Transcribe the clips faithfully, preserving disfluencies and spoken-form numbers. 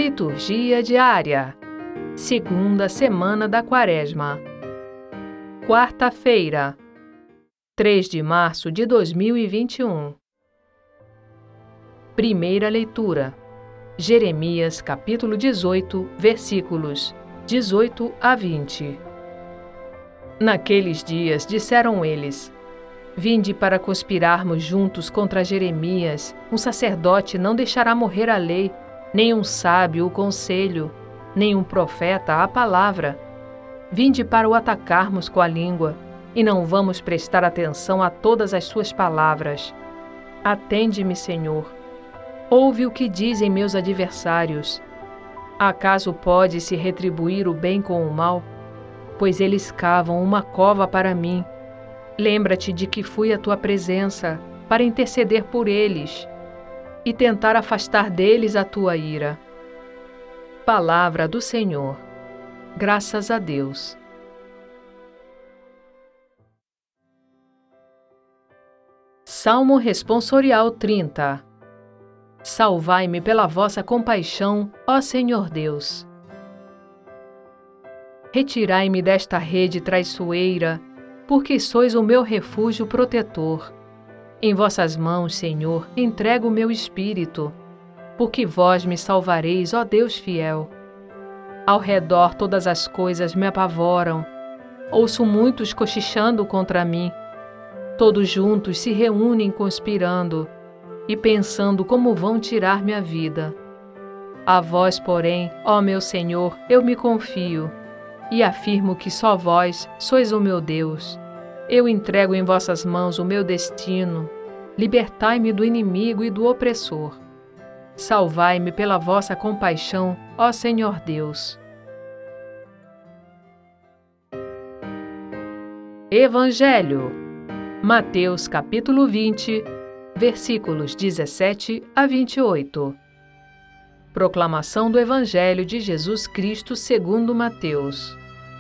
Liturgia diária. Segunda semana da Quaresma. Quarta-feira, três de março de dois mil e vinte e um. Primeira leitura. Jeremias, capítulo dezoito, versículos dezoito a vinte. Naqueles dias disseram eles: Vinde para conspirarmos juntos contra Jeremias. Um sacerdote não deixará morrer a lei, nem um sábio o conselho, nem um profeta a palavra. Vinde para o atacarmos com a língua, e não vamos prestar atenção a todas as suas palavras. Atende-me, Senhor. Ouve o que dizem meus adversários. Acaso pode-se retribuir o bem com o mal? Pois eles cavam uma cova para mim. Lembra-te de que fui à tua presença para interceder por eles e tentar afastar deles a tua ira. Palavra do Senhor. Graças a Deus. Salmo Responsorial trinta. Salvai-me pela vossa compaixão, ó Senhor Deus. Retirai-me desta rede traiçoeira, porque sois o meu refúgio protetor. Em vossas mãos, Senhor, entrego o meu espírito, porque vós me salvareis, ó Deus fiel. Ao redor todas as coisas me apavoram, ouço muitos cochichando contra mim. Todos juntos se reúnem conspirando e pensando como vão tirar minha vida. A vós, porém, ó meu Senhor, eu me confio, e afirmo que só vós sois o meu Deus. Eu entrego em vossas mãos o meu destino. Libertai-me do inimigo e do opressor. Salvai-me pela vossa compaixão, ó Senhor Deus. Evangelho. Mateus capítulo vinte, versículos dezessete a vinte e oito. Proclamação do Evangelho de Jesus Cristo segundo Mateus.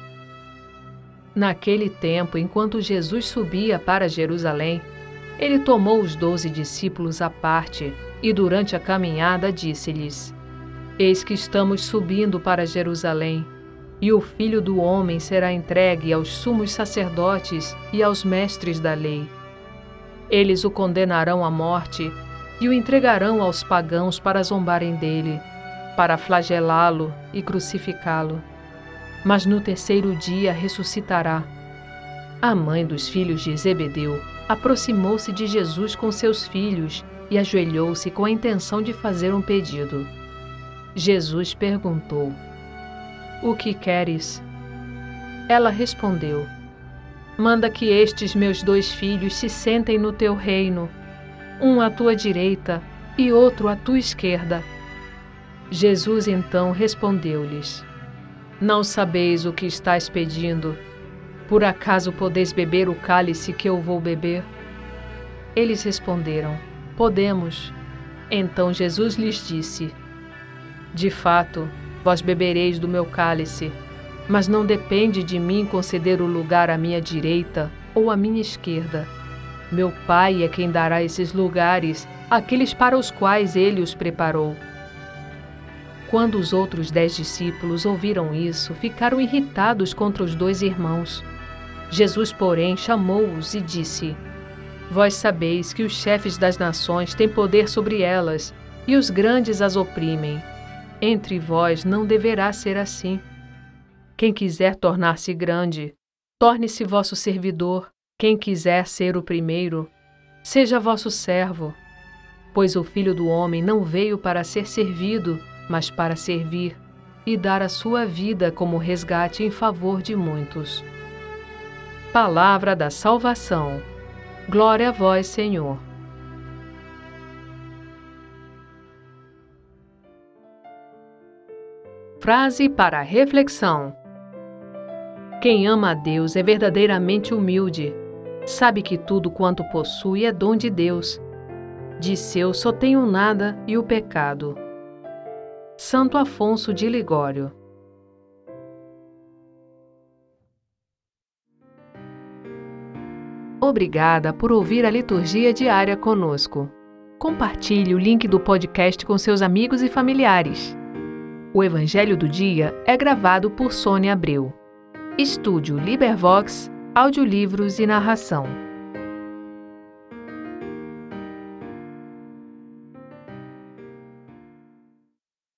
Naquele tempo, enquanto Jesus subia para Jerusalém, ele tomou os doze discípulos à parte e, durante a caminhada, disse-lhes: Eis que estamos subindo para Jerusalém, e o Filho do Homem será entregue aos sumos sacerdotes e aos mestres da lei. Eles o condenarão à morte e o entregarão aos pagãos para zombarem dele, para flagelá-lo e crucificá-lo. Mas no terceiro dia ressuscitará. A mãe dos filhos de Zebedeu aproximou-se de Jesus com seus filhos e ajoelhou-se com a intenção de fazer um pedido. Jesus perguntou: O que queres? Ela respondeu: Manda que estes meus dois filhos se sentem no teu reino, um à tua direita e outro à tua esquerda. Jesus então respondeu-lhes: Não sabeis o que estáis pedindo. Por acaso podeis beber o cálice que eu vou beber? Eles responderam: Podemos. Então Jesus lhes disse: De fato, vós bebereis do meu cálice, mas não depende de mim conceder o lugar à minha direita ou à minha esquerda. Meu Pai é quem dará esses lugares àqueles para os quais ele os preparou. Quando os outros dez discípulos ouviram isso, ficaram irritados contra os dois irmãos. Jesus, porém, chamou-os e disse: Vós sabeis que os chefes das nações têm poder sobre elas, e os grandes as oprimem. Entre vós não deverá ser assim. Quem quiser tornar-se grande, torne-se vosso servidor. Quem quiser ser o primeiro, seja vosso servo. Pois o Filho do Homem não veio para ser servido, mas para servir e dar a sua vida como resgate em favor de muitos. Palavra da salvação. Glória a vós, Senhor. Frase para a reflexão. Quem ama a Deus é verdadeiramente humilde. Sabe que tudo quanto possui é dom de Deus. De seu só tenho nada e o pecado. Santo Afonso de Ligório. Obrigada por ouvir a liturgia diária conosco. Compartilhe o link do podcast com seus amigos e familiares. O Evangelho do Dia é gravado por Sônia Abreu. Estúdio Libervox, audiolivros e narração.